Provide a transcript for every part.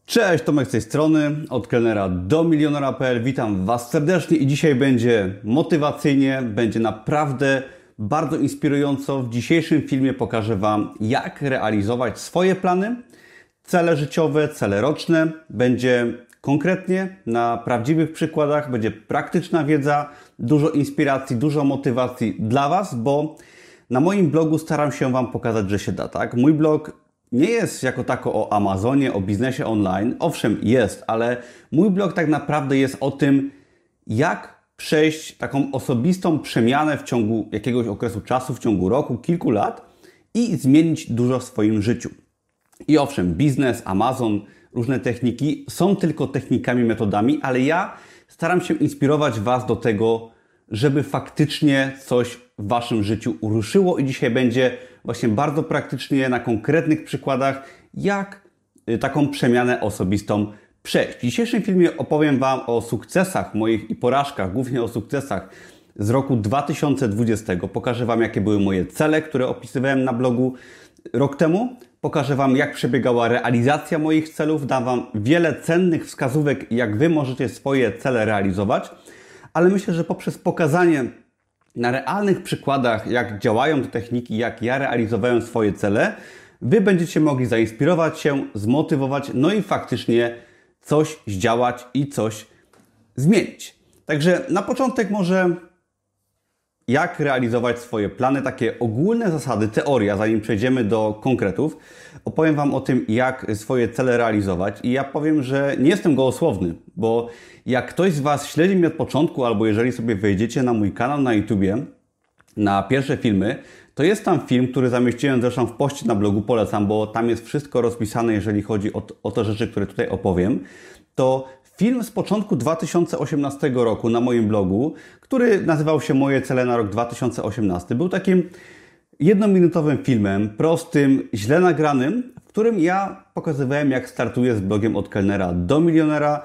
Cześć, Tomek z tej strony, od kelnera do milionera.pl. Witam Was serdecznie i dzisiaj będzie motywacyjnie, będzie naprawdę bardzo inspirująco. W dzisiejszym filmie pokażę Wam, jak realizować swoje plany, cele życiowe, cele roczne. Będzie konkretnie, na prawdziwych przykładach, będzie praktyczna wiedza, dużo inspiracji, dużo motywacji dla Was, bo na moim blogu staram się Wam pokazać, że się da, tak? Mój blog nie jest jako tako o Amazonie, o biznesie online. Owszem, jest, ale mój blog tak naprawdę jest o tym, jak przejść taką osobistą przemianę w ciągu jakiegoś okresu czasu, w ciągu roku, kilku lat i zmienić dużo w swoim życiu. I owszem, biznes, Amazon, różne techniki są tylko technikami, metodami, ale ja staram się inspirować Was do tego, żeby faktycznie coś w Waszym życiu uruszyło i dzisiaj będzie właśnie bardzo praktycznie, na konkretnych przykładach, jak taką przemianę osobistą przejść. W dzisiejszym filmie opowiem Wam o sukcesach moich i porażkach, głównie o sukcesach z roku 2020. Pokażę Wam, jakie były moje cele, które opisywałem na blogu rok temu. Pokażę Wam, jak przebiegała realizacja moich celów. Dam Wam wiele cennych wskazówek, jak Wy możecie swoje cele realizować. Ale myślę, że poprzez pokazanie na realnych przykładach, jak działają te techniki, jak ja realizowałem swoje cele, Wy będziecie mogli zainspirować się, zmotywować, no i faktycznie coś zdziałać i coś zmienić. Także na początek może jak realizować swoje plany, takie ogólne zasady, teoria, zanim przejdziemy do konkretów. Opowiem Wam o tym, jak swoje cele realizować i ja powiem, że nie jestem gołosłowny, bo jak ktoś z Was śledzi mnie od początku, albo jeżeli sobie wejdziecie na mój kanał na YouTubie, na pierwsze filmy, to jest tam film, który zamieściłem zresztą w poście na blogu, polecam, bo tam jest wszystko rozpisane, jeżeli chodzi o te rzeczy, które tutaj opowiem. To film z początku 2018 roku na moim blogu, który nazywał się Moje cele na rok 2018. Był takim jednominutowym filmem, prostym, źle nagranym, w którym ja pokazywałem, jak startuję z blogiem od kelnera do milionera,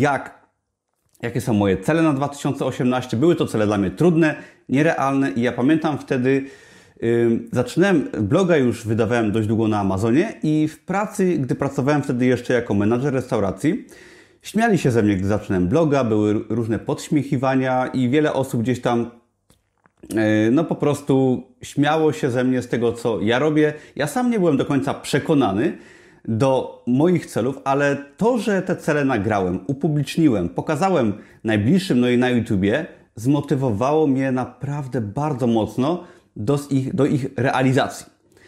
jakie są moje cele na 2018. Były to cele dla mnie trudne, nierealne i ja pamiętam wtedy, zaczynałem bloga, już wydawałem dość długo na Amazonie i w pracy, gdy pracowałem wtedy jeszcze jako menadżer restauracji, śmiali się ze mnie, gdy zaczynałem bloga, były różne podśmiechiwania i wiele osób gdzieś tam no po prostu śmiało się ze mnie z tego, co ja robię. Ja sam nie byłem do końca przekonany do moich celów, ale to, że te cele nagrałem, upubliczniłem, pokazałem najbliższym, no i na YouTubie, zmotywowało mnie naprawdę bardzo mocno do ich realizacji.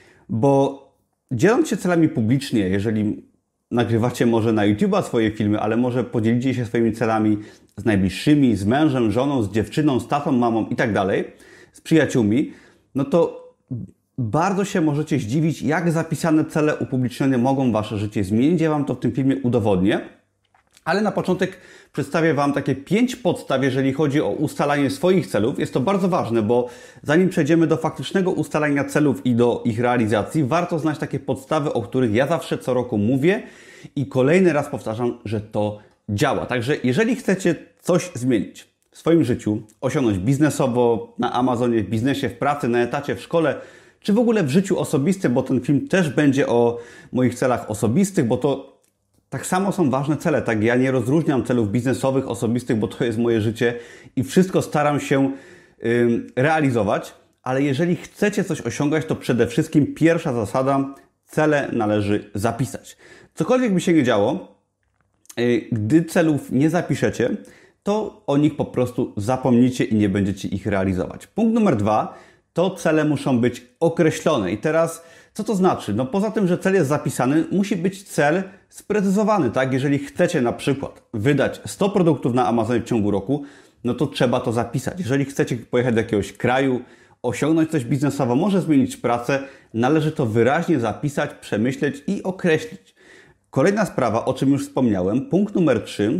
Bo dzieląc się celami publicznie, jeżeli nagrywacie może na YouTube'a swoje filmy, ale może podzielicie się swoimi celami z najbliższymi, z mężem, żoną, z dziewczyną, z tatą, mamą i tak dalej, z przyjaciółmi, no to bardzo się możecie zdziwić, jak zapisane cele upublicznione mogą Wasze życie zmienić. Ja Wam to w tym filmie udowodnię. Ale na początek przedstawię Wam takie 5 podstaw, jeżeli chodzi o ustalanie swoich celów. Jest to bardzo ważne, bo zanim przejdziemy do faktycznego ustalania celów i do ich realizacji, warto znać takie podstawy, o których ja zawsze co roku mówię i kolejny raz powtarzam, że to działa. Także jeżeli chcecie coś zmienić w swoim życiu, osiągnąć biznesowo, na Amazonie, w biznesie, w pracy, na etacie, w szkole, czy w ogóle w życiu osobistym, bo ten film też będzie o moich celach osobistych, bo to tak samo są ważne cele, tak? Ja nie rozróżniam celów biznesowych, osobistych, bo to jest moje życie i wszystko staram się realizować, ale jeżeli chcecie coś osiągać, to przede wszystkim pierwsza zasada, cele należy zapisać. Cokolwiek by się nie działo, gdy celów nie zapiszecie, to o nich po prostu zapomnicie i nie będziecie ich realizować. Punkt numer 2, to cele muszą być określone. I teraz, co to znaczy? No poza tym, że cel jest zapisany, musi być cel sprecyzowany, tak? Jeżeli chcecie na przykład wydać 100 produktów na Amazonie w ciągu roku, no to trzeba to zapisać. Jeżeli chcecie pojechać do jakiegoś kraju, osiągnąć coś biznesowo, może zmienić pracę, należy to wyraźnie zapisać, przemyśleć i określić. Kolejna sprawa, o czym już wspomniałem, punkt numer 3,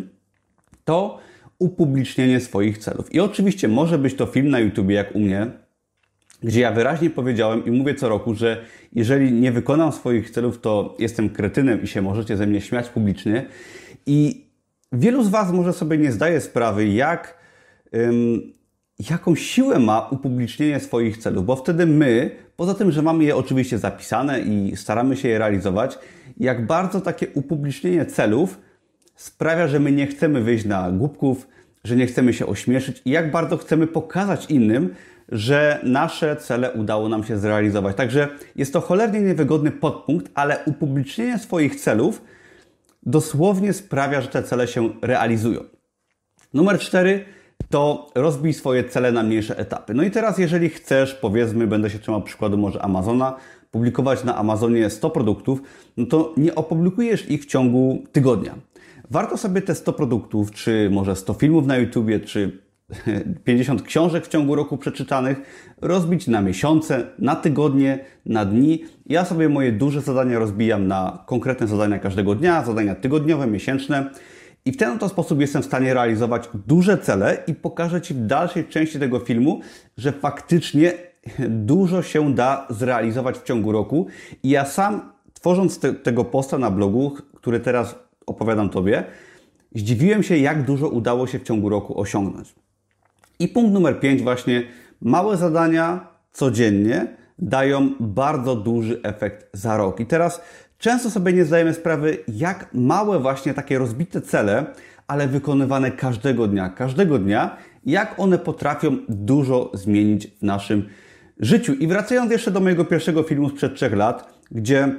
to upublicznienie swoich celów. I oczywiście może być to film na YouTubie, jak u mnie, gdzie ja wyraźnie powiedziałem i mówię co roku, że jeżeli nie wykonam swoich celów, to jestem kretynem i się możecie ze mnie śmiać publicznie. I wielu z Was może sobie nie zdaje sprawy, jak jaką siłę ma upublicznienie swoich celów, bo wtedy my, poza tym, że mamy je oczywiście zapisane i staramy się je realizować, jak bardzo takie upublicznienie celów sprawia, że my nie chcemy wyjść na głupków, że nie chcemy się ośmieszyć i jak bardzo chcemy pokazać innym, że nasze cele udało nam się zrealizować. Także jest to cholernie niewygodny podpunkt, ale upublicznienie swoich celów dosłownie sprawia, że te cele się realizują. Numer 4 to rozbij swoje cele na mniejsze etapy. No i teraz jeżeli chcesz, powiedzmy, będę się trzymał przykładu może Amazona, publikować na Amazonie 100 produktów, no to nie opublikujesz ich w ciągu tygodnia. Warto sobie te 100 produktów, czy może 100 filmów na YouTubie, czy 50 książek w ciągu roku przeczytanych, rozbić na miesiące, na tygodnie, na dni. Ja sobie moje duże zadania rozbijam na konkretne zadania każdego dnia, zadania tygodniowe, miesięczne. I w ten oto sposób jestem w stanie realizować duże cele i pokażę Ci w dalszej części tego filmu, że faktycznie dużo się da zrealizować w ciągu roku. I ja sam, tworząc tego posta na blogu, który teraz opowiadam Tobie, zdziwiłem się, jak dużo udało się w ciągu roku osiągnąć. I punkt numer 5 właśnie, małe zadania codziennie dają bardzo duży efekt za rok. I teraz często sobie nie zdajemy sprawy, jak małe właśnie takie rozbite cele, ale wykonywane każdego dnia, jak one potrafią dużo zmienić w naszym życiu. I wracając jeszcze do mojego pierwszego filmu sprzed 3 lat, gdzie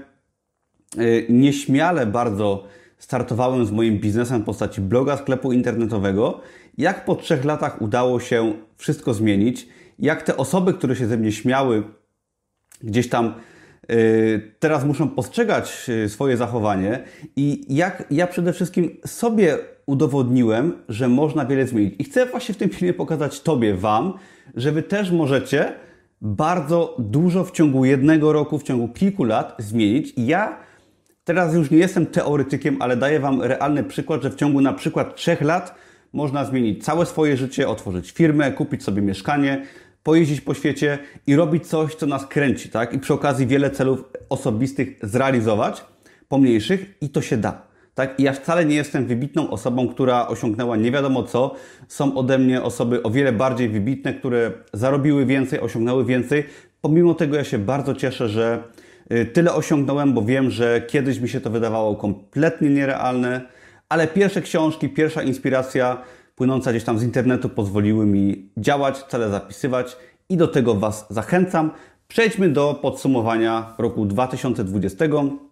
nieśmiale bardzo startowałem z moim biznesem w postaci bloga, sklepu internetowego, jak po 3 latach udało się wszystko zmienić, jak te osoby, które się ze mnie śmiały, gdzieś tam teraz muszą postrzegać swoje zachowanie i jak ja przede wszystkim sobie udowodniłem, że można wiele zmienić. I chcę właśnie w tym filmie pokazać Tobie, Wam, że Wy też możecie bardzo dużo w ciągu 1 roku, w ciągu kilku lat zmienić. I ja teraz już nie jestem teoretykiem, ale daję Wam realny przykład, że w ciągu na przykład 3 lat można zmienić całe swoje życie, otworzyć firmę, kupić sobie mieszkanie, pojeździć po świecie i robić coś, co nas kręci, tak? I przy okazji wiele celów osobistych zrealizować, pomniejszych, i to się da, tak? I ja wcale nie jestem wybitną osobą, która osiągnęła nie wiadomo co. Są ode mnie osoby o wiele bardziej wybitne, które zarobiły więcej, osiągnęły więcej. Pomimo tego ja się bardzo cieszę, że tyle osiągnąłem, bo wiem, że kiedyś mi się to wydawało kompletnie nierealne, ale pierwsze książki, pierwsza inspiracja płynąca gdzieś tam z internetu pozwoliły mi działać, cele zapisywać i do tego Was zachęcam. Przejdźmy do podsumowania roku 2020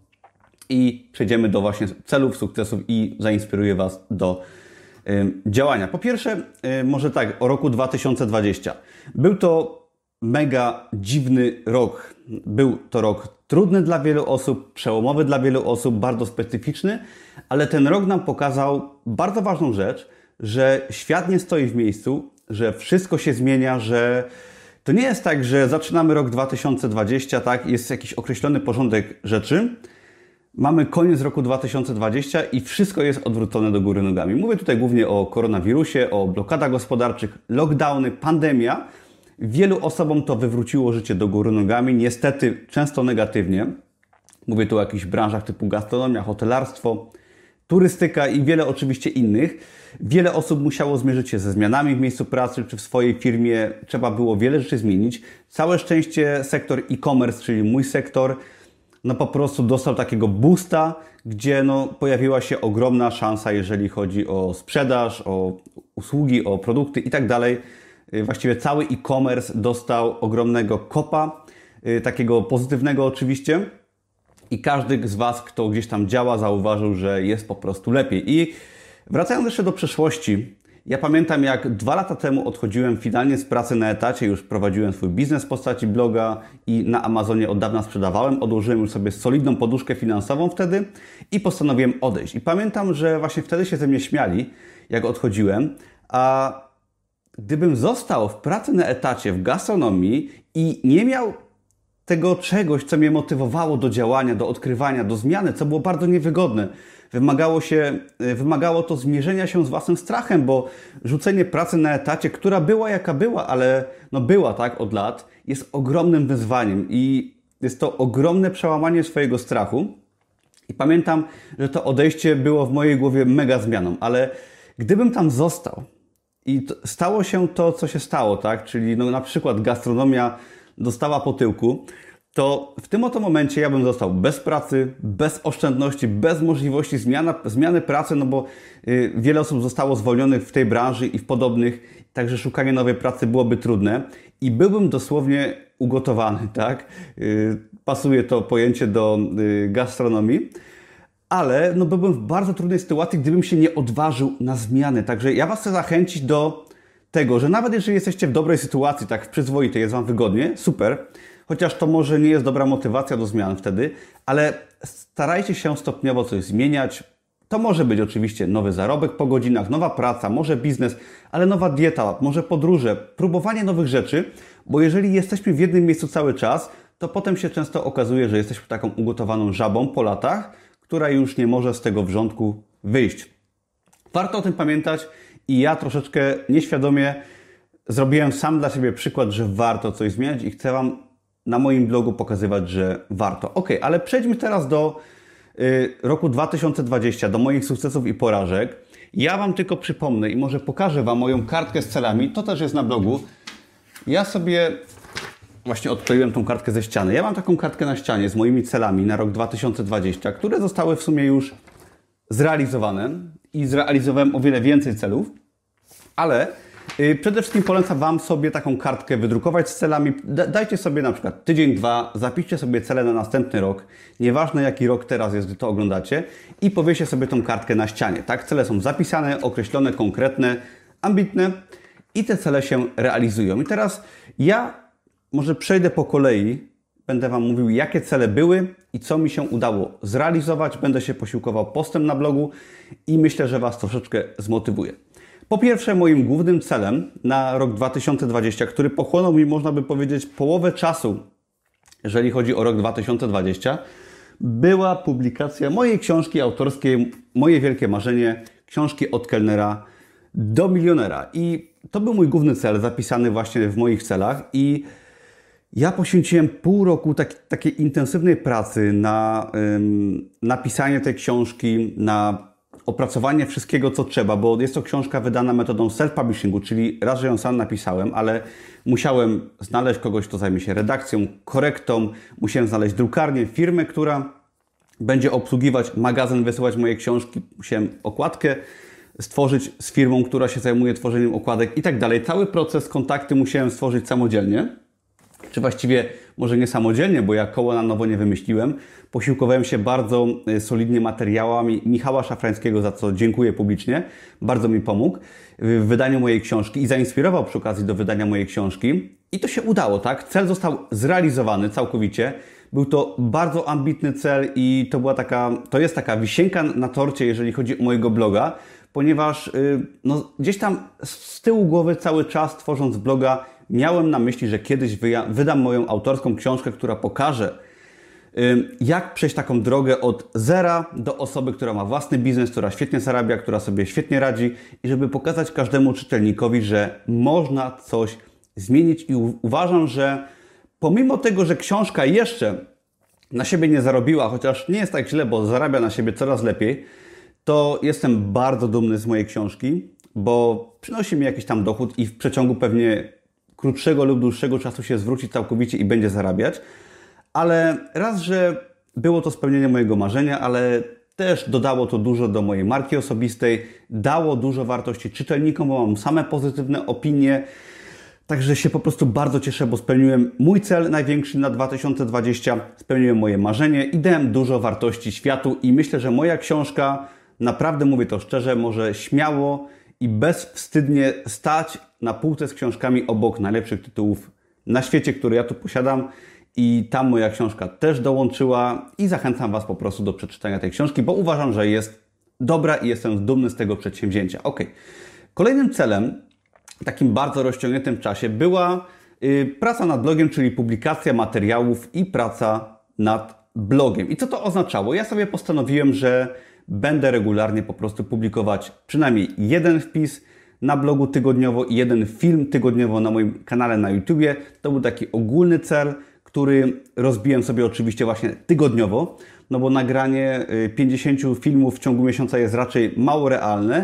i przejdziemy do właśnie celów, sukcesów i zainspiruję Was do działania. Po pierwsze, może tak, o roku 2020. Był to mega dziwny rok. Był to rok trudny dla wielu osób, przełomowy dla wielu osób, bardzo specyficzny, ale ten rok nam pokazał bardzo ważną rzecz, że świat nie stoi w miejscu, że wszystko się zmienia, że to nie jest tak, że zaczynamy rok 2020, tak, jest jakiś określony porządek rzeczy, mamy koniec roku 2020 i wszystko jest odwrócone do góry nogami. Mówię tutaj głównie o koronawirusie, o blokadach gospodarczych, lockdowny, pandemia. Wielu osobom to wywróciło życie do góry nogami, niestety często negatywnie. Mówię tu o jakichś branżach typu gastronomia, hotelarstwo, turystyka i wiele oczywiście innych. Wiele osób musiało zmierzyć się ze zmianami w miejscu pracy czy w swojej firmie. Trzeba było wiele rzeczy zmienić. Całe szczęście sektor e-commerce, czyli mój sektor, no po prostu dostał takiego boosta, gdzie no pojawiła się ogromna szansa, jeżeli chodzi o sprzedaż, o usługi, o produkty i tak dalej. Właściwie cały e-commerce dostał ogromnego kopa, takiego pozytywnego oczywiście. I każdy z Was, kto gdzieś tam działa, zauważył, że jest po prostu lepiej. I wracając jeszcze do przeszłości, ja pamiętam, jak 2 lata temu odchodziłem finalnie z pracy na etacie, już prowadziłem swój biznes w postaci bloga i na Amazonie od dawna sprzedawałem, odłożyłem już sobie solidną poduszkę finansową wtedy i postanowiłem odejść. I pamiętam, że właśnie wtedy się ze mnie śmiali, jak odchodziłem, a gdybym został w pracy na etacie w gastronomii i nie miał tego czegoś, co mnie motywowało do działania, do odkrywania, do zmiany, co było bardzo niewygodne. Wymagało to zmierzenia się z własnym strachem, bo rzucenie pracy na etacie, która była jaka była, ale no była tak od lat, jest ogromnym wyzwaniem i jest to ogromne przełamanie swojego strachu. I pamiętam, że to odejście było w mojej głowie mega zmianą, ale gdybym tam został I stało się to, co się stało, tak? Czyli no, na przykład gastronomia dostała po tyłku, to w tym oto momencie ja bym został bez pracy, bez oszczędności, bez możliwości zmiany pracy, no bo wiele osób zostało zwolnionych w tej branży i w podobnych, także szukanie nowej pracy byłoby trudne i byłbym dosłownie ugotowany, tak? Pasuje to pojęcie do gastronomii. Ale no, byłbym w bardzo trudnej sytuacji, gdybym się nie odważył na zmianę. Także ja Was chcę zachęcić do tego, że nawet jeżeli jesteście w dobrej sytuacji, tak w przyzwoitej, jest Wam wygodnie, super, chociaż to może nie jest dobra motywacja do zmian wtedy, ale starajcie się stopniowo coś zmieniać. To może być oczywiście nowy zarobek po godzinach, nowa praca, może biznes, ale nowa dieta, może podróże, próbowanie nowych rzeczy, bo jeżeli jesteśmy w jednym miejscu cały czas, to potem się często okazuje, że jesteśmy taką ugotowaną żabą po latach, która już nie może z tego wrzątku wyjść. Warto o tym pamiętać i ja troszeczkę nieświadomie zrobiłem sam dla siebie przykład, że warto coś zmieniać i chcę Wam na moim blogu pokazywać, że warto. Ok, ale przejdźmy teraz do roku 2020, do moich sukcesów i porażek. Ja Wam tylko przypomnę i może pokażę Wam moją kartkę z celami. To też jest na blogu. Ja sobie właśnie odkleiłem tą kartkę ze ściany. Ja mam taką kartkę na ścianie z moimi celami na rok 2020, które zostały w sumie już zrealizowane i zrealizowałem o wiele więcej celów, ale przede wszystkim polecam Wam sobie taką kartkę wydrukować z celami. Dajcie sobie na przykład tydzień, dwa, zapiszcie sobie cele na następny rok, nieważne jaki rok teraz jest, gdy to oglądacie i powiecie sobie tą kartkę na ścianie. Tak, cele są zapisane, określone, konkretne, ambitne i te cele się realizują. I teraz ja może przejdę po kolei, będę Wam mówił, jakie cele były i co mi się udało zrealizować. Będę się posiłkował postem na blogu i myślę, że Was troszeczkę zmotywuje. Po pierwsze, moim głównym celem na rok 2020, który pochłonął mi, można by powiedzieć, połowę czasu, jeżeli chodzi o rok 2020, była publikacja mojej książki autorskiej, Moje wielkie marzenie, książki od kelnera do milionera. I to był mój główny cel, zapisany właśnie w moich celach i ja poświęciłem pół roku takiej intensywnej pracy na napisanie tej książki, na opracowanie wszystkiego, co trzeba, bo jest to książka wydana metodą self-publishingu, czyli raz, że ją sam napisałem, ale musiałem znaleźć kogoś, kto zajmie się redakcją, korektą, musiałem znaleźć drukarnię, firmę, która będzie obsługiwać magazyn, wysyłać moje książki, musiałem okładkę stworzyć z firmą, która się zajmuje tworzeniem okładek i tak dalej. Cały proces, kontakty musiałem stworzyć samodzielnie. Czy właściwie może nie samodzielnie, bo ja koło na nowo nie wymyśliłem. Posiłkowałem się bardzo solidnie materiałami Michała Szafrańskiego, za co dziękuję publicznie. Bardzo mi pomógł w wydaniu mojej książki i zainspirował przy okazji do wydania mojej książki. I to się udało, tak? Cel został zrealizowany całkowicie. Był to bardzo ambitny cel i to jest taka wisienka na torcie, jeżeli chodzi o mojego bloga, ponieważ no, gdzieś tam z tyłu głowy cały czas tworząc bloga miałem na myśli, że kiedyś wydam moją autorską książkę, która pokaże, jak przejść taką drogę od zera do osoby, która ma własny biznes, która świetnie zarabia, która sobie świetnie radzi i żeby pokazać każdemu czytelnikowi, że można coś zmienić i uważam, że pomimo tego, że książka jeszcze na siebie nie zarobiła, chociaż nie jest tak źle, bo zarabia na siebie coraz lepiej, to jestem bardzo dumny z mojej książki, bo przynosi mi jakiś tam dochód i w przeciągu pewnie krótszego lub dłuższego czasu się zwróci całkowicie i będzie zarabiać. Ale raz, że było to spełnienie mojego marzenia, ale też dodało to dużo do mojej marki osobistej, dało dużo wartości czytelnikom, bo mam same pozytywne opinie. Także się po prostu bardzo cieszę, bo spełniłem mój cel największy na 2020, spełniłem moje marzenie i dałem dużo wartości światu i myślę, że moja książka, naprawdę mówię to szczerze, może śmiało i bezwstydnie stać na półce z książkami obok najlepszych tytułów na świecie, które ja tu posiadam i tam moja książka też dołączyła i zachęcam Was po prostu do przeczytania tej książki, bo uważam, że jest dobra i jestem dumny z tego przedsięwzięcia. Ok. Kolejnym celem, takim bardzo rozciągniętym czasie, była praca nad blogiem, czyli publikacja materiałów i praca nad blogiem. I co to oznaczało? Ja sobie postanowiłem, że będę regularnie po prostu publikować przynajmniej jeden wpis na blogu tygodniowo i jeden film tygodniowo na moim kanale na YouTubie. To był taki ogólny cel, który rozbiłem sobie oczywiście właśnie tygodniowo, no bo nagranie 50 filmów w ciągu miesiąca jest raczej mało realne,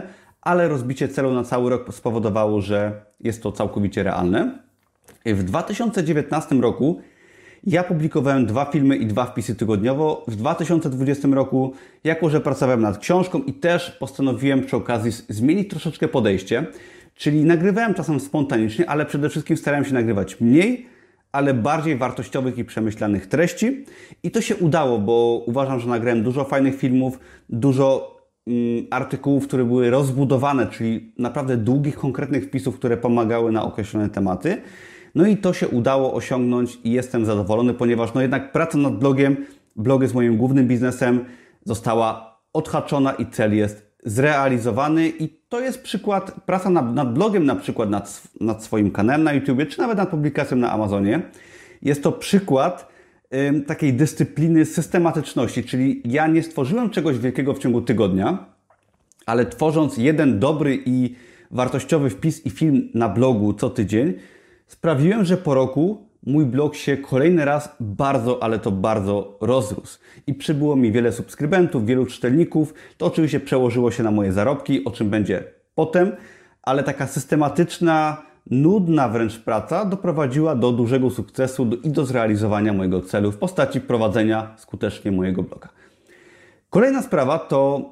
ale rozbicie celu na cały rok spowodowało, że jest to całkowicie realne. W 2019 roku ja publikowałem 2 filmy i 2 wpisy tygodniowo. W 2020 roku, jako że pracowałem nad książką i też postanowiłem przy okazji zmienić troszeczkę podejście, czyli nagrywałem czasem spontanicznie, ale przede wszystkim starałem się nagrywać mniej, ale bardziej wartościowych i przemyślanych treści. I to się udało, bo uważam, że nagrałem dużo fajnych filmów, dużo artykułów, które były rozbudowane, czyli naprawdę długich, konkretnych wpisów, które pomagały na określone tematy. No i to się udało osiągnąć i jestem zadowolony, ponieważ no jednak praca nad blogiem, blog jest moim głównym biznesem, została odhaczona i cel jest zrealizowany. I to jest przykład, praca nad blogiem, na przykład nad swoim kanałem na YouTubie, czy nawet nad publikacją na Amazonie. Jest to przykład takiej dyscypliny, systematyczności, czyli ja nie stworzyłem czegoś wielkiego w ciągu tygodnia, ale tworząc jeden dobry i wartościowy wpis i film na blogu co tydzień, sprawiłem, że po roku mój blog się kolejny raz bardzo, ale to bardzo rozrósł. I przybyło mi wiele subskrybentów, wielu czytelników. To oczywiście przełożyło się na moje zarobki, o czym będzie potem, ale taka systematyczna, nudna wręcz praca doprowadziła do dużego sukcesu i do zrealizowania mojego celu w postaci prowadzenia skutecznie mojego bloga. Kolejna sprawa to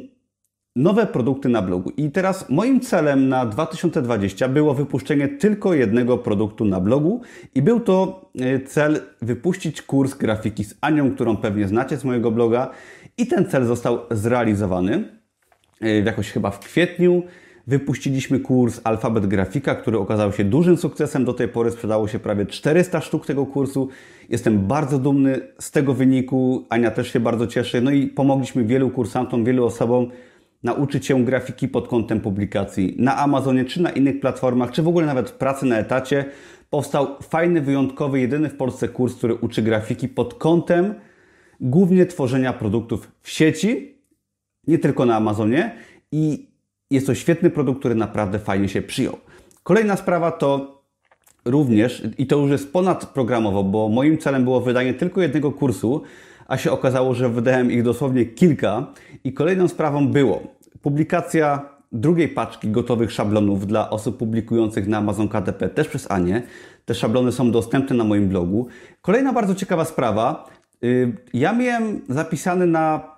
nowe produkty na blogu. I teraz moim celem na 2020 było wypuszczenie tylko jednego produktu na blogu i był to cel wypuścić kurs grafiki z Anią, którą pewnie znacie z mojego bloga, i ten cel został zrealizowany. Jakoś chyba w kwietniu wypuściliśmy kurs Alfabet Grafika, który okazał się dużym sukcesem. Do tej pory sprzedało się prawie 400 sztuk tego kursu. Jestem bardzo dumny z tego wyniku. Ania też się bardzo cieszy. No i pomogliśmy wielu kursantom, wielu osobom nauczyć się grafiki pod kątem publikacji na Amazonie, czy na innych platformach, czy w ogóle nawet pracy na etacie. Powstał fajny, wyjątkowy, jedyny w Polsce kurs, który uczy grafiki pod kątem głównie tworzenia produktów w sieci, nie tylko na Amazonie, i jest to świetny produkt, który naprawdę fajnie się przyjął. Kolejna sprawa to również, i to już jest ponadprogramowo, bo moim celem było wydanie tylko jednego kursu, a się okazało, że wydałem ich dosłownie kilka, i kolejną sprawą było publikacja drugiej paczki gotowych szablonów dla osób publikujących na Amazon KDP, też przez Anię. Te szablony są dostępne na moim blogu. Kolejna bardzo ciekawa sprawa. Ja miałem zapisany na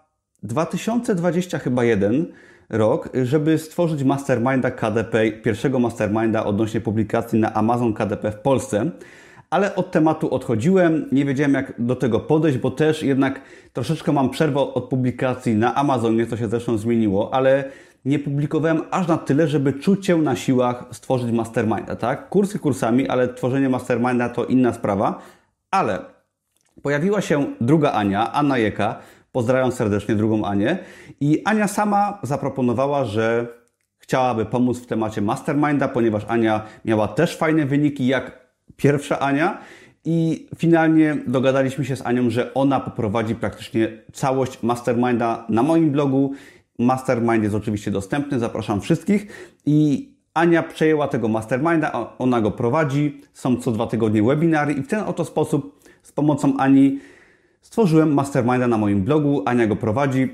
2020 chyba rok, żeby stworzyć masterminda KDP, pierwszego masterminda odnośnie publikacji na Amazon KDP w Polsce. Ale od tematu odchodziłem, nie wiedziałem jak do tego podejść, bo też jednak troszeczkę mam przerwę od publikacji na Amazonie, to się zresztą zmieniło, ale nie publikowałem aż na tyle, żeby czuć się na siłach stworzyć masterminda, tak? Kursy kursami, ale tworzenie masterminda to inna sprawa. Ale pojawiła się druga Ania, Anna Jeka, pozdrawiam serdecznie drugą Anię, i Ania sama zaproponowała, że chciałaby pomóc w temacie masterminda, ponieważ Ania miała też fajne wyniki jak pierwsza Ania, i finalnie dogadaliśmy się z Anią, że ona poprowadzi praktycznie całość masterminda na moim blogu. Mastermind jest oczywiście dostępny, zapraszam wszystkich, i Ania przejęła tego masterminda, ona go prowadzi, są co 2 tygodnie webinary i w ten oto sposób z pomocą Ani stworzyłem masterminda na moim blogu. Ania go prowadzi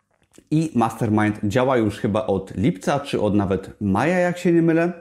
i mastermind działa już chyba od lipca, czy od nawet maja, jak się nie mylę,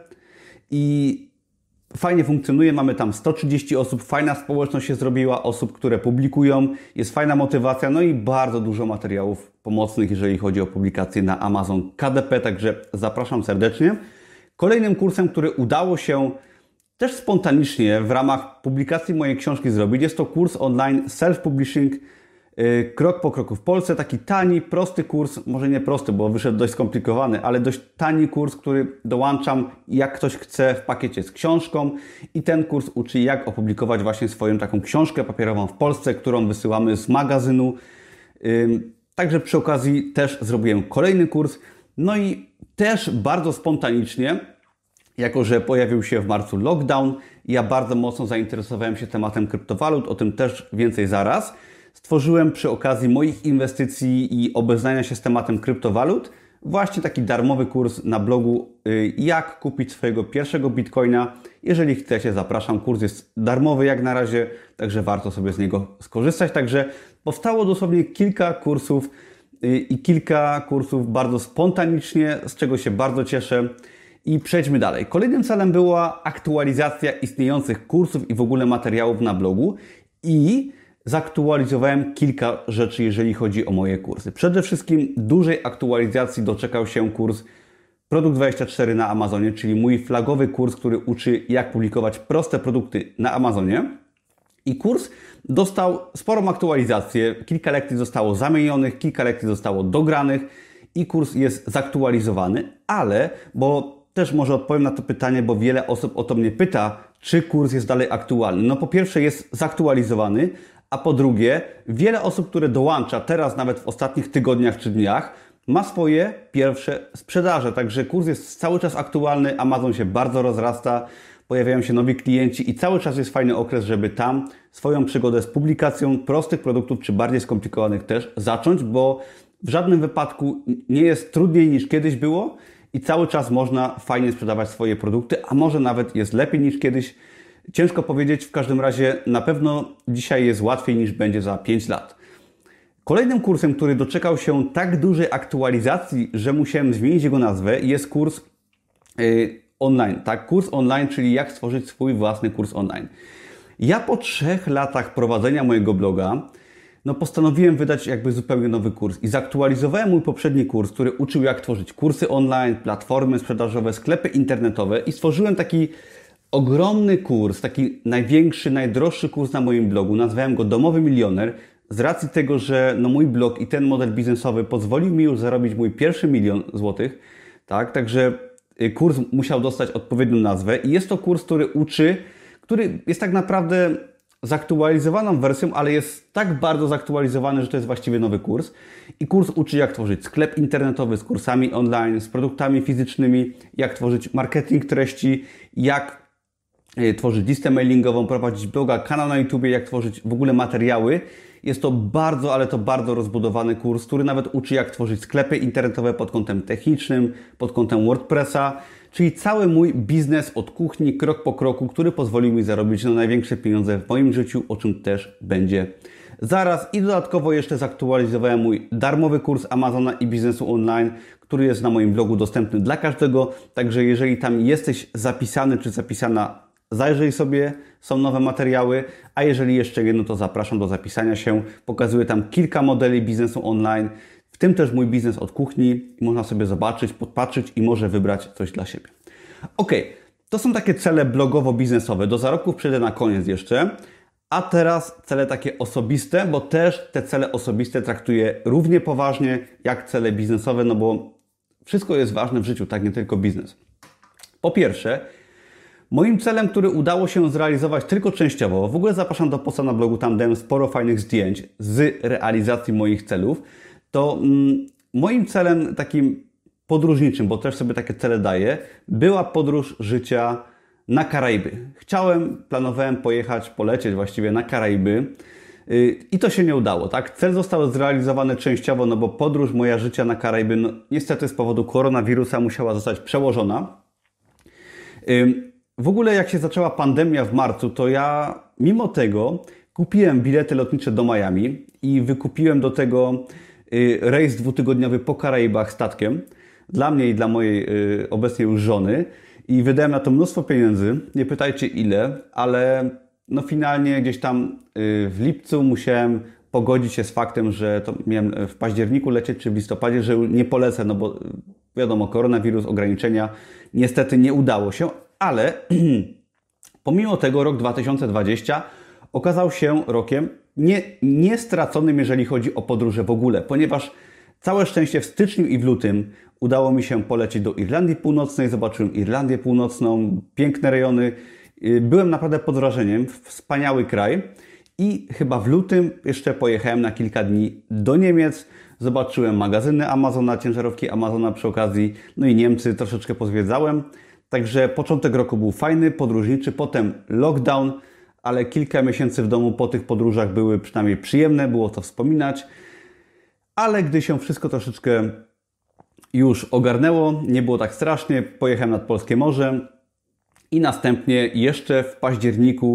i fajnie funkcjonuje, mamy tam 130 osób, fajna społeczność się zrobiła, osób, które publikują, jest fajna motywacja, no i bardzo dużo materiałów pomocnych, jeżeli chodzi o publikacje na Amazon KDP, także zapraszam serdecznie. Kolejnym kursem, który udało się też spontanicznie w ramach publikacji mojej książki zrobić, jest to kurs online Self-Publishing krok po kroku w Polsce. Taki tani, prosty kurs, może nie prosty, bo wyszedł dość skomplikowany, ale dość tani kurs, który dołączam jak ktoś chce w pakiecie z książką, i ten kurs uczy, jak opublikować właśnie swoją taką książkę papierową w Polsce, którą wysyłamy z magazynu. Także przy okazji też zrobiłem kolejny kurs. No i też bardzo spontanicznie, jako że pojawił się w marcu lockdown, ja bardzo mocno zainteresowałem się tematem kryptowalut, o tym też więcej zaraz. Stworzyłem przy okazji moich inwestycji i obeznania się z tematem kryptowalut właśnie taki darmowy kurs na blogu, jak kupić swojego pierwszego bitcoina. Jeżeli chcecie, zapraszam. Kurs jest darmowy jak na razie, także warto sobie z niego skorzystać. Także powstało dosłownie kilka kursów i kilka kursów bardzo spontanicznie, z czego się bardzo cieszę. I przejdźmy dalej. Kolejnym celem była aktualizacja istniejących kursów i w ogóle materiałów na blogu i zaktualizowałem kilka rzeczy, jeżeli chodzi o moje kursy. Przede wszystkim dużej aktualizacji doczekał się kurs Produkt24 na Amazonie, czyli mój flagowy kurs, który uczy, jak publikować proste produkty na Amazonie. I kurs dostał sporą aktualizację. Kilka lekcji zostało zamienionych, kilka lekcji zostało dogranych i kurs jest zaktualizowany, ale, bo też może odpowiem na to pytanie, bo wiele osób o to mnie pyta, czy kurs jest dalej aktualny. No po pierwsze jest zaktualizowany, a po drugie wiele osób, które dołącza teraz nawet w ostatnich tygodniach czy dniach, ma swoje pierwsze sprzedaże. Także kurs jest cały czas aktualny, Amazon się bardzo rozrasta, pojawiają się nowi klienci i cały czas jest fajny okres, żeby tam swoją przygodę z publikacją prostych produktów czy bardziej skomplikowanych też zacząć, bo w żadnym wypadku nie jest trudniej niż kiedyś było i cały czas można fajnie sprzedawać swoje produkty, a może nawet jest lepiej niż kiedyś. Ciężko powiedzieć, w każdym razie na pewno dzisiaj jest łatwiej niż będzie za 5 lat. Kolejnym kursem, który doczekał się tak dużej aktualizacji, że musiałem zmienić jego nazwę, jest kurs online. Tak, kurs online, czyli jak stworzyć swój własny kurs online. Ja po 3 latach prowadzenia mojego bloga postanowiłem wydać jakby zupełnie nowy kurs i zaktualizowałem mój poprzedni kurs, który uczył, jak tworzyć kursy online, platformy sprzedażowe, sklepy internetowe i stworzyłem taki ogromny kurs, taki największy, najdroższy kurs na moim blogu. Nazwałem go Domowy Milioner z racji tego, że mój blog i ten model biznesowy pozwolił mi już zarobić mój pierwszy 1 000 000 złotych. Tak, także kurs musiał dostać odpowiednią nazwę i jest to kurs, który jest tak naprawdę zaktualizowaną wersją, ale jest tak bardzo zaktualizowany, że to jest właściwie nowy kurs. I kurs uczy, jak tworzyć sklep internetowy z kursami online, z produktami fizycznymi, jak tworzyć marketing treści, jak tworzyć listę mailingową, prowadzić bloga, kanał na YouTube, jak tworzyć w ogóle materiały. Jest to bardzo, ale to bardzo rozbudowany kurs, który nawet uczy, jak tworzyć sklepy internetowe pod kątem technicznym, pod kątem WordPressa, czyli cały mój biznes od kuchni, krok po kroku, który pozwolił mi zarobić największe pieniądze w moim życiu, o czym też będzie zaraz. I dodatkowo jeszcze zaktualizowałem mój darmowy kurs Amazona i biznesu online, który jest na moim blogu dostępny dla każdego. Także jeżeli tam jesteś zapisany czy zapisana, zajrzyj sobie, są nowe materiały, a jeżeli jeszcze nie, to zapraszam do zapisania się. Pokazuję tam kilka modeli biznesu online, w tym też mój biznes od kuchni. Można sobie zobaczyć, podpatrzeć i może wybrać coś dla siebie. Ok, to są takie cele blogowo-biznesowe. Do zarobków przejdę na koniec jeszcze. A teraz cele takie osobiste, bo też te cele osobiste traktuję równie poważnie jak cele biznesowe, bo wszystko jest ważne w życiu, tak, nie tylko biznes. Po pierwsze, moim celem, który udało się zrealizować tylko częściowo, w ogóle zapraszam do posta na blogu, tam dałem sporo fajnych zdjęć z realizacji moich celów, to moim celem takim podróżniczym, bo też sobie takie cele daję, była podróż życia na Karaiby. Planowałem polecieć właściwie na Karaiby i to się nie udało, tak? Cel został zrealizowany częściowo, bo podróż moja życia na Karaiby, niestety z powodu koronawirusa musiała zostać przełożona. W ogóle jak się zaczęła pandemia w marcu, to ja mimo tego kupiłem bilety lotnicze do Miami i wykupiłem do tego rejs 2-tygodniowy po Karaibach statkiem dla mnie i dla mojej obecnie już żony i wydałem na to mnóstwo pieniędzy, nie pytajcie ile, ale finalnie gdzieś tam w lipcu musiałem pogodzić się z faktem, że to miałem w październiku lecieć czy w listopadzie, że nie polecę, bo wiadomo, koronawirus, ograniczenia, niestety nie udało się, ale pomimo tego rok 2020 okazał się rokiem nie straconym, jeżeli chodzi o podróże w ogóle, ponieważ całe szczęście w styczniu i w lutym udało mi się polecieć do Irlandii Północnej, zobaczyłem Irlandię Północną, piękne rejony, byłem naprawdę pod wrażeniem, wspaniały kraj i chyba w lutym jeszcze pojechałem na kilka dni do Niemiec, zobaczyłem magazyny Amazona, ciężarówki Amazona przy okazji, i Niemcy troszeczkę pozwiedzałem. Także początek roku był fajny, podróżniczy, potem lockdown, ale kilka miesięcy w domu po tych podróżach były przynajmniej przyjemne, było to wspominać. Ale gdy się wszystko troszeczkę już ogarnęło, nie było tak strasznie, pojechałem nad Polskie Morze i następnie jeszcze w październiku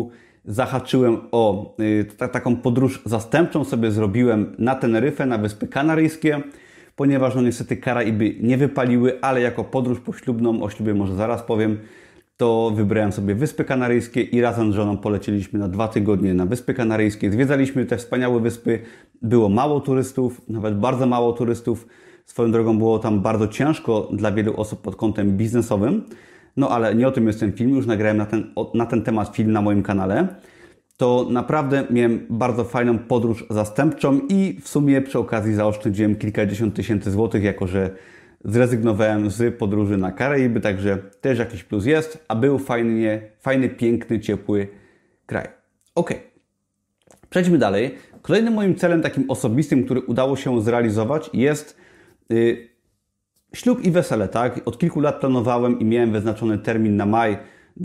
zahaczyłem o taką podróż zastępczą sobie zrobiłem na Teneryfę, na Wyspy Kanaryjskie, ponieważ no niestety Karaiby nie wypaliły, ale jako podróż poślubną, o ślubie może zaraz powiem, to wybrałem sobie Wyspy Kanaryjskie i razem z żoną polecieliśmy na 2 tygodnie na Wyspy Kanaryjskie. Zwiedzaliśmy te wspaniałe wyspy. Było mało turystów, nawet bardzo mało turystów. Swoją drogą było tam bardzo ciężko dla wielu osób pod kątem biznesowym. No ale nie o tym jest ten film. Już nagrałem na ten temat film na moim kanale. To naprawdę miałem bardzo fajną podróż zastępczą i w sumie przy okazji zaoszczędziłem kilkadziesiąt tysięcy złotych, jako że zrezygnowałem z podróży na Karaiby, także też jakiś plus jest, a był fajny, piękny, ciepły kraj. Ok, przejdźmy dalej. Kolejnym moim celem takim osobistym, który udało się zrealizować, jest ślub i wesele, tak? Od kilku lat planowałem i miałem wyznaczony termin na maj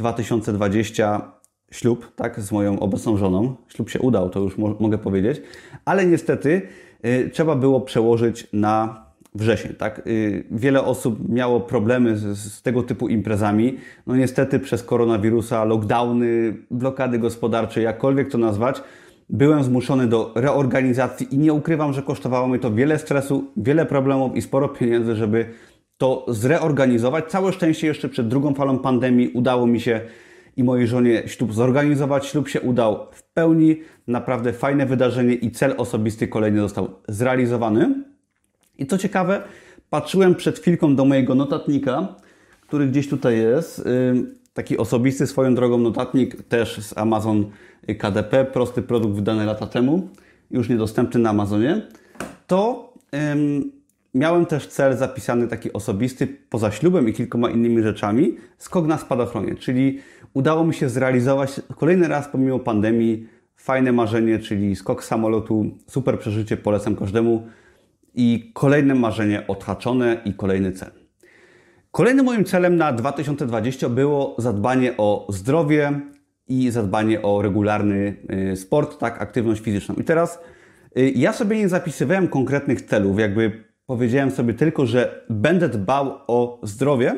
2020 ślub, tak? Z moją obecną żoną. Ślub się udał, to już mogę powiedzieć, ale niestety trzeba było przełożyć na wrzesień, tak? Wiele osób miało problemy z tego typu imprezami. No niestety przez koronawirusa, lockdowny, blokady gospodarcze, jakkolwiek to nazwać, byłem zmuszony do reorganizacji i nie ukrywam, że kosztowało mnie to wiele stresu, wiele problemów i sporo pieniędzy, żeby to zreorganizować. Całe szczęście jeszcze przed drugą falą pandemii udało mi się i mojej żonie ślub zorganizować. Ślub się udał w pełni. Naprawdę fajne wydarzenie i cel osobisty kolejny został zrealizowany. I co ciekawe, patrzyłem przed chwilką do mojego notatnika, który gdzieś tutaj jest. Taki osobisty swoją drogą notatnik, też z Amazon KDP, prosty produkt wydany lata temu, już niedostępny na Amazonie. To miałem też cel zapisany taki osobisty poza ślubem i kilkoma innymi rzeczami, skok na spadochronie, czyli udało mi się zrealizować kolejny raz pomimo pandemii fajne marzenie, czyli skok z samolotu, super przeżycie, polecam każdemu. I kolejne marzenie odhaczone i kolejny cel. Kolejnym moim celem na 2020 było zadbanie o zdrowie i zadbanie o regularny sport, tak, aktywność fizyczną. I teraz ja sobie nie zapisywałem konkretnych celów, jakby powiedziałem sobie tylko, że będę dbał o zdrowie,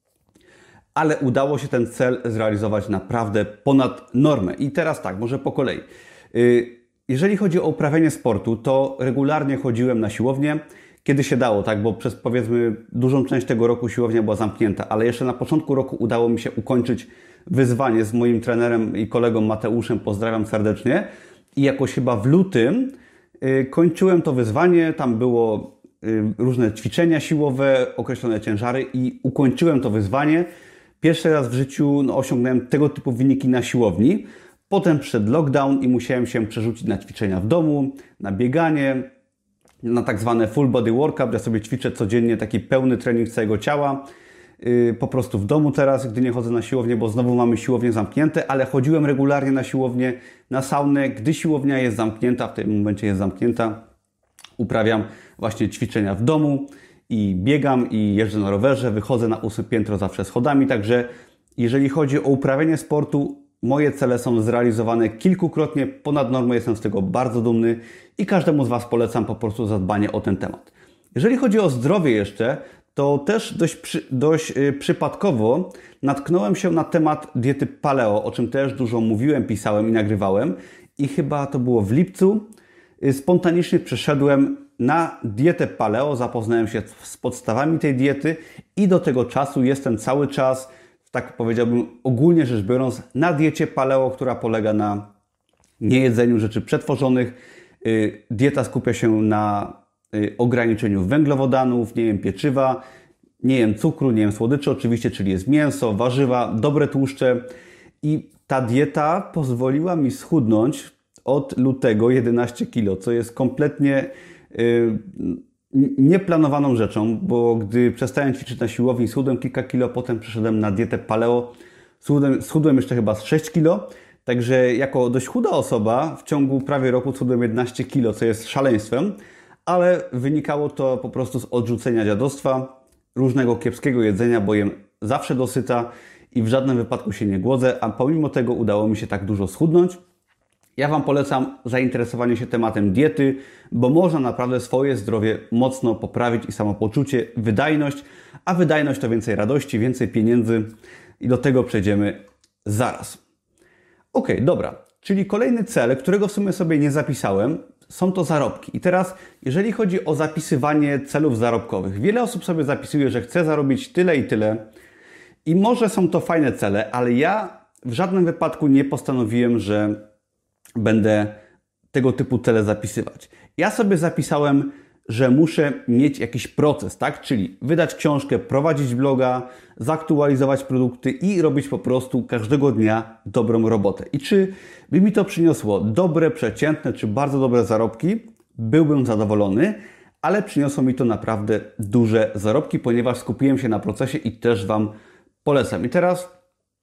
ale udało się ten cel zrealizować naprawdę ponad normę. I teraz tak, może po kolei. Jeżeli chodzi o uprawianie sportu, to regularnie chodziłem na siłownię, kiedy się dało, tak, bo przez powiedzmy dużą część tego roku siłownia była zamknięta, ale jeszcze na początku roku udało mi się ukończyć wyzwanie z moim trenerem i kolegą Mateuszem, pozdrawiam serdecznie, i jakoś chyba w lutym kończyłem to wyzwanie, tam było różne ćwiczenia siłowe, określone ciężary i ukończyłem to wyzwanie. Pierwszy raz w życiu osiągnąłem tego typu wyniki na siłowni. Potem przyszedł lockdown i musiałem się przerzucić na ćwiczenia w domu, na bieganie, na tak zwane full body workout. Ja sobie ćwiczę codziennie taki pełny trening całego ciała. Po prostu w domu teraz, gdy nie chodzę na siłownię, bo znowu mamy siłownie zamknięte, ale chodziłem regularnie na siłownię, na saunę. Gdy siłownia jest zamknięta, w tym momencie jest zamknięta, uprawiam właśnie ćwiczenia w domu i biegam i jeżdżę na rowerze, wychodzę na 8 piętro zawsze schodami. Także jeżeli chodzi o uprawianie sportu, moje cele są zrealizowane kilkukrotnie ponad normę, jestem z tego bardzo dumny i każdemu z Was polecam po prostu zadbanie o ten temat. Jeżeli chodzi o zdrowie jeszcze, to też dość przypadkowo natknąłem się na temat diety paleo, o czym też dużo mówiłem, pisałem i nagrywałem i chyba to było w lipcu. Spontanicznie przeszedłem na dietę paleo, zapoznałem się z podstawami tej diety i do tego czasu jestem cały czas, tak powiedziałbym ogólnie rzecz biorąc, na diecie paleo, która polega na niejedzeniu rzeczy przetworzonych. Dieta skupia się na ograniczeniu węglowodanów, nie jem pieczywa, nie jem cukru, nie jem słodyczy oczywiście, czyli jest mięso, warzywa, dobre tłuszcze. I ta dieta pozwoliła mi schudnąć od lutego 11 kg, co jest kompletnie nieplanowaną rzeczą, bo gdy przestałem ćwiczyć na siłowni, schudłem kilka kilo, potem przeszedłem na dietę paleo, schudłem jeszcze chyba z 6 kg, także jako dość chuda osoba w ciągu prawie roku schudłem 11 kg, co jest szaleństwem, ale wynikało to po prostu z odrzucenia dziadostwa, różnego kiepskiego jedzenia, bo jem zawsze dosyta i w żadnym wypadku się nie głodzę, a pomimo tego udało mi się tak dużo schudnąć. Ja Wam polecam zainteresowanie się tematem diety, bo można naprawdę swoje zdrowie mocno poprawić i samopoczucie, wydajność, a wydajność to więcej radości, więcej pieniędzy i do tego przejdziemy zaraz. Ok, dobra. czyli kolejny cel, którego w sumie sobie nie zapisałem, są to zarobki. I teraz, jeżeli chodzi o zapisywanie celów zarobkowych, wiele osób sobie zapisuje, że chce zarobić tyle i tyle i może są to fajne cele, ale ja w żadnym wypadku nie postanowiłem, że będę tego typu cele zapisywać. Ja sobie zapisałem, że muszę mieć jakiś proces, tak? Czyli wydać książkę, prowadzić bloga, zaktualizować produkty i robić po prostu każdego dnia dobrą robotę. I czy by mi to przyniosło dobre, przeciętne czy bardzo dobre zarobki, byłbym zadowolony, ale przyniosło mi to naprawdę duże zarobki, ponieważ skupiłem się na procesie i też Wam polecam. I teraz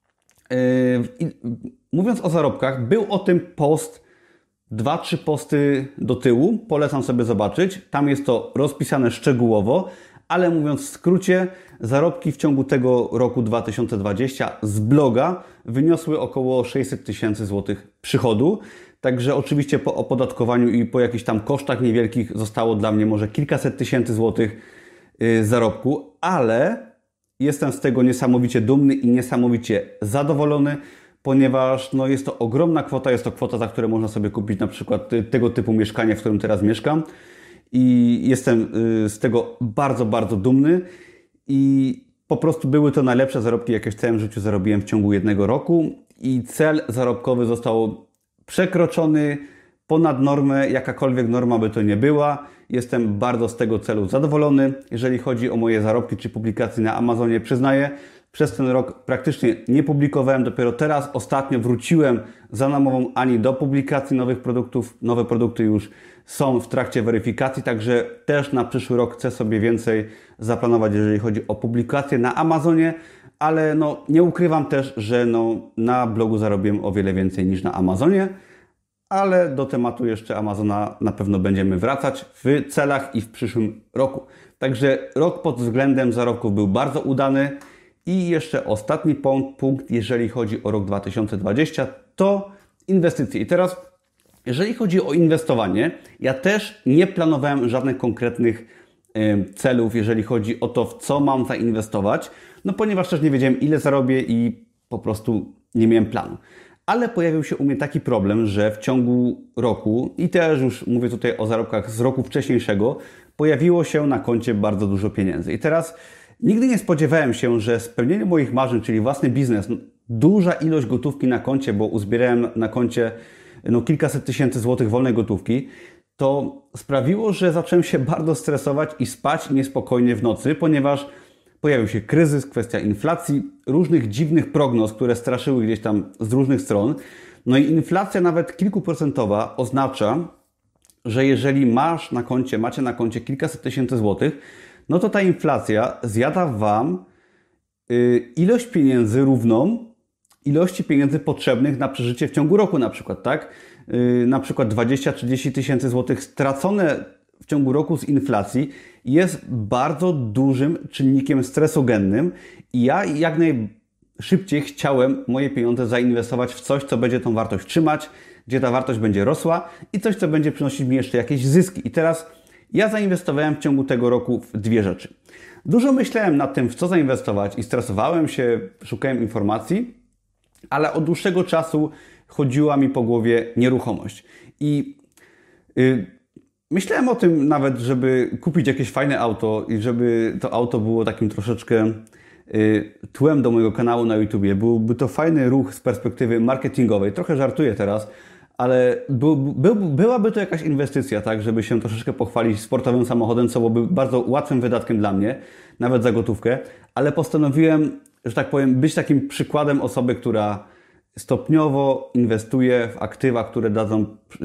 mówiąc o zarobkach, był o tym post, 2-3 posty do tyłu, polecam sobie zobaczyć. Tam jest to rozpisane szczegółowo, ale mówiąc w skrócie, zarobki w ciągu tego roku 2020 z bloga wyniosły około 600 tysięcy złotych przychodu. Także oczywiście po opodatkowaniu i po jakichś tam kosztach niewielkich zostało dla mnie może kilkaset tysięcy złotych zarobku, ale jestem z tego niesamowicie dumny i niesamowicie zadowolony, ponieważ no, jest to ogromna kwota, jest to kwota, za którą można sobie kupić na przykład tego typu mieszkanie, w którym teraz mieszkam i jestem z tego bardzo, bardzo dumny i po prostu były to najlepsze zarobki, jakie w całym życiu zarobiłem w ciągu jednego roku i cel zarobkowy został przekroczony ponad normę, jakakolwiek norma by to nie była. Jestem bardzo z tego celu zadowolony. Jeżeli chodzi o moje zarobki czy publikacje na Amazonie, przyznaję, przez ten rok praktycznie nie publikowałem. Dopiero teraz ostatnio wróciłem za namową Ani do publikacji nowych produktów. Nowe produkty już są w trakcie weryfikacji, także też na przyszły rok chcę sobie więcej zaplanować, jeżeli chodzi o publikacje na Amazonie, ale no, nie ukrywam też, że no, na blogu zarobiłem o wiele więcej niż na Amazonie, ale do tematu jeszcze Amazona na pewno będziemy wracać w celach i w przyszłym roku. Także rok pod względem zarobków był bardzo udany. I jeszcze ostatni punkt, jeżeli chodzi o rok 2020, to inwestycje. I teraz, jeżeli chodzi o inwestowanie, ja też nie planowałem żadnych konkretnych celów, jeżeli chodzi o to, w co mam zainwestować, no ponieważ też nie wiedziałem, ile zarobię i po prostu nie miałem planu. Ale pojawił się u mnie taki problem, że w ciągu roku, i też już mówię tutaj o zarobkach z roku wcześniejszego, pojawiło się na koncie bardzo dużo pieniędzy. I teraz nigdy nie spodziewałem się, że spełnienie moich marzeń, czyli własny biznes, duża ilość gotówki na koncie, bo uzbierałem na koncie kilkaset tysięcy złotych wolnej gotówki, to sprawiło, że zacząłem się bardzo stresować i spać niespokojnie w nocy, ponieważ pojawił się kryzys, kwestia inflacji, różnych dziwnych prognoz, które straszyły gdzieś tam z różnych stron. No i inflacja nawet kilkuprocentowa oznacza, że jeżeli macie na koncie kilkaset tysięcy złotych, no to ta inflacja zjada Wam ilość pieniędzy równą ilości pieniędzy potrzebnych na przeżycie w ciągu roku na przykład, tak? Na przykład 20-30 tysięcy złotych stracone w ciągu roku z inflacji jest bardzo dużym czynnikiem stresogennym i ja jak najszybciej chciałem moje pieniądze zainwestować w coś, co będzie tą wartość trzymać, gdzie ta wartość będzie rosła i coś, co będzie przynosić mi jeszcze jakieś zyski. I teraz ja zainwestowałem w ciągu tego roku w dwie rzeczy. Dużo myślałem nad tym, w co zainwestować i stresowałem się, szukałem informacji, ale od dłuższego czasu chodziła mi po głowie nieruchomość. I myślałem o tym nawet, żeby kupić jakieś fajne auto i żeby to auto było takim troszeczkę tłem do mojego kanału na YouTubie. Byłby to fajny ruch z perspektywy marketingowej. Trochę żartuję teraz, ale byłaby to jakaś inwestycja, tak, żeby się troszeczkę pochwalić sportowym samochodem, co byłoby bardzo łatwym wydatkiem dla mnie, nawet za gotówkę, ale postanowiłem, że tak powiem, być takim przykładem osoby, która stopniowo inwestuje w aktywa, które dadzą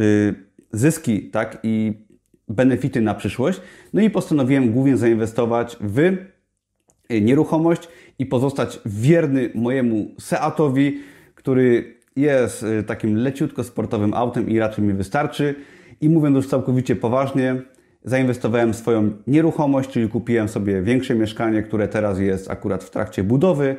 zyski, tak, i benefity na przyszłość. No i postanowiłem głównie zainwestować w nieruchomość i pozostać wierny mojemu Seatowi, który jest takim leciutko sportowym autem i raczej mi wystarczy. I mówiąc już całkowicie poważnie, zainwestowałem w swoją nieruchomość, czyli kupiłem sobie większe mieszkanie, które teraz jest akurat w trakcie budowy.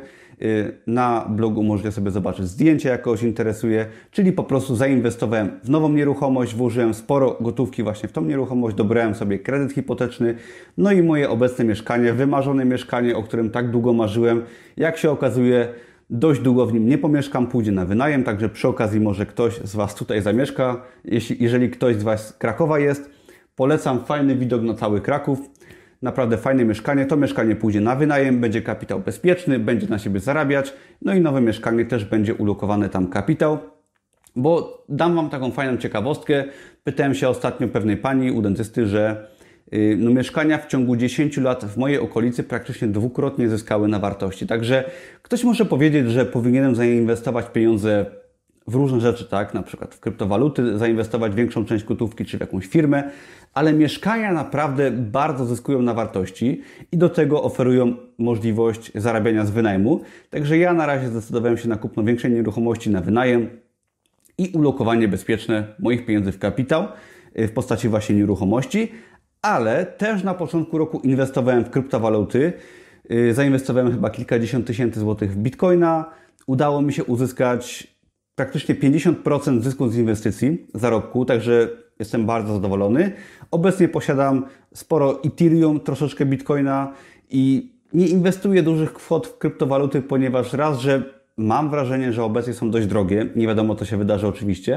Na blogu możecie sobie zobaczyć zdjęcie, jak kogoś interesuje, czyli po prostu zainwestowałem w nową nieruchomość, włożyłem sporo gotówki właśnie w tą nieruchomość, dobrałem sobie kredyt hipoteczny, no i moje obecne mieszkanie, wymarzone mieszkanie, o którym tak długo marzyłem, jak się okazuje, dość długo w nim nie pomieszkam, pójdzie na wynajem, także przy okazji może ktoś z Was tutaj zamieszka. Jeżeli ktoś z Was z Krakowa jest, polecam, fajny widok na cały Kraków. Naprawdę fajne mieszkanie. To mieszkanie pójdzie na wynajem, będzie kapitał bezpieczny, będzie na siebie zarabiać. No i nowe mieszkanie też będzie ulokowany tam kapitał. Bo dam Wam taką fajną ciekawostkę. Pytałem się ostatnio pewnej pani u dentysty, że mieszkania w ciągu 10 lat w mojej okolicy praktycznie dwukrotnie zyskały na wartości. Także ktoś może powiedzieć, że powinienem zainwestować pieniądze w różne rzeczy, tak? Na przykład w kryptowaluty, zainwestować większą część gotówki czy w jakąś firmę, ale mieszkania naprawdę bardzo zyskują na wartości i do tego oferują możliwość zarabiania z wynajmu. Także ja na razie zdecydowałem się na kupno większej nieruchomości na wynajem i ulokowanie bezpieczne moich pieniędzy w kapitał w postaci właśnie nieruchomości, ale też na początku roku inwestowałem w kryptowaluty. Zainwestowałem chyba kilkadziesiąt tysięcy złotych w Bitcoina. Udało mi się uzyskać praktycznie 50% zysku z inwestycji zarobku, także jestem bardzo zadowolony. Obecnie posiadam sporo Ethereum, troszeczkę Bitcoina i nie inwestuję dużych kwot w kryptowaluty, ponieważ raz, że mam wrażenie, że obecnie są dość drogie. Nie wiadomo, co się wydarzy oczywiście.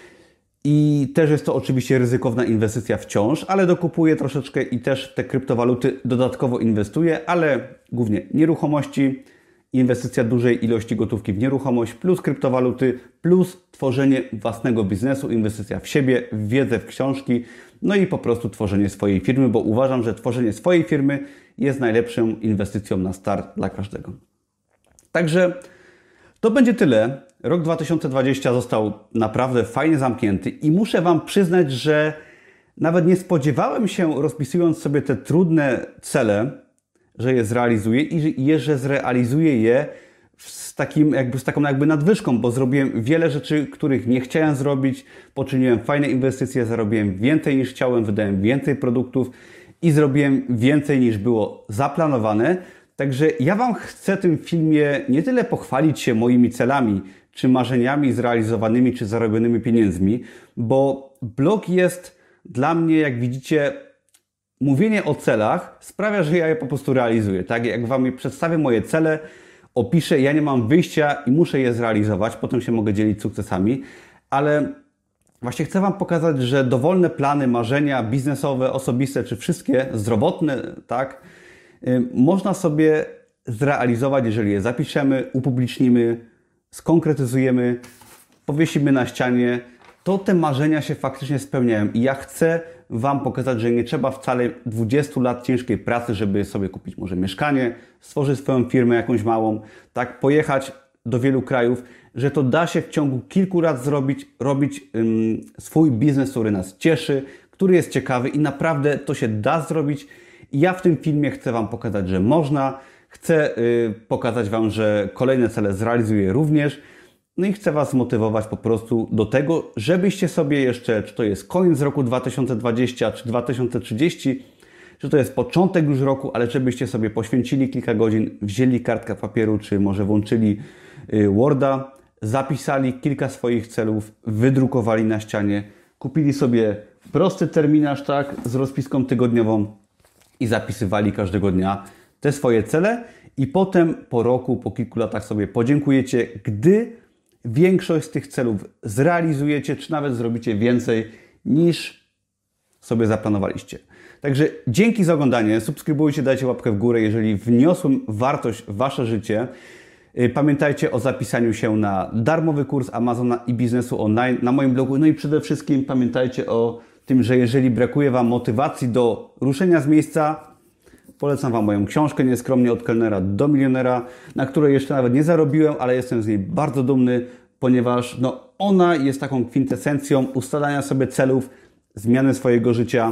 I też jest to oczywiście ryzykowna inwestycja wciąż, ale dokupuję troszeczkę i też te kryptowaluty dodatkowo inwestuję, ale głównie nieruchomości, inwestycja dużej ilości gotówki w nieruchomość, plus kryptowaluty, plus tworzenie własnego biznesu, inwestycja w siebie, w wiedzę, w książki, no i po prostu tworzenie swojej firmy, bo uważam, że tworzenie swojej firmy jest najlepszą inwestycją na start dla każdego. Także to będzie tyle. Rok 2020 został naprawdę fajnie zamknięty i muszę Wam przyznać, że nawet nie spodziewałem się, rozpisując sobie te trudne cele, że je zrealizuję i że zrealizuję je z taką nadwyżką, bo zrobiłem wiele rzeczy, których nie chciałem zrobić, poczyniłem fajne inwestycje, zarobiłem więcej niż chciałem, wydałem więcej produktów i zrobiłem więcej niż było zaplanowane. Także ja Wam chcę w tym filmie nie tyle pochwalić się moimi celami, czy marzeniami zrealizowanymi, czy zarobionymi pieniędzmi, bo blog jest dla mnie, jak widzicie, mówienie o celach sprawia, że ja je po prostu realizuję. Tak? Jak Wam przedstawię moje cele, opiszę, ja nie mam wyjścia i muszę je zrealizować, potem się mogę dzielić sukcesami, ale właśnie chcę Wam pokazać, że dowolne plany, marzenia biznesowe, osobiste, czy wszystkie zdrowotne, tak, można sobie zrealizować, jeżeli je zapiszemy, upublicznimy, skonkretyzujemy, powiesimy na ścianie, to te marzenia się faktycznie spełniają. I ja chcę Wam pokazać, że nie trzeba wcale 20 lat ciężkiej pracy, żeby sobie kupić może mieszkanie, stworzyć swoją firmę jakąś małą, tak, pojechać do wielu krajów, że to da się w ciągu kilku lat robić swój biznes, który nas cieszy, który jest ciekawy i naprawdę to się da zrobić. I ja w tym filmie chcę Wam pokazać, że można. Chcę pokazać Wam, że kolejne cele zrealizuję również. No i chcę Was zmotywować po prostu do tego, żebyście sobie jeszcze, czy to jest koniec roku 2020, czy 2030, czy to jest początek już roku, ale żebyście sobie poświęcili kilka godzin, wzięli kartkę papieru, czy może włączyli Worda, zapisali kilka swoich celów, wydrukowali na ścianie, kupili sobie prosty terminarz, tak, z rozpiską tygodniową i zapisywali każdego dnia te swoje cele i potem po roku, po kilku latach sobie podziękujecie, gdy większość z tych celów zrealizujecie, czy nawet zrobicie więcej niż sobie zaplanowaliście. Także dzięki za oglądanie, subskrybujcie, dajcie łapkę w górę, jeżeli wniosłem wartość w Wasze życie. Pamiętajcie o zapisaniu się na darmowy kurs Amazona i biznesu online na moim blogu. No i przede wszystkim pamiętajcie o tym, że jeżeli brakuje Wam motywacji do ruszenia z miejsca, polecam Wam moją książkę Nieskromnie od kelnera do milionera, na której jeszcze nawet nie zarobiłem, ale jestem z niej bardzo dumny, ponieważ ona jest taką kwintesencją ustalania sobie celów, zmiany swojego życia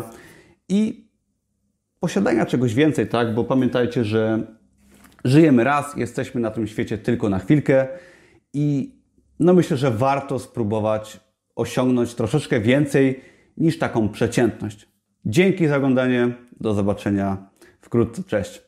i posiadania czegoś więcej, tak? Bo pamiętajcie, że żyjemy raz, jesteśmy na tym świecie tylko na chwilkę i myślę, że warto spróbować osiągnąć troszeczkę więcej niż taką przeciętność. Dzięki za oglądanie, do zobaczenia wkrótce, cześć.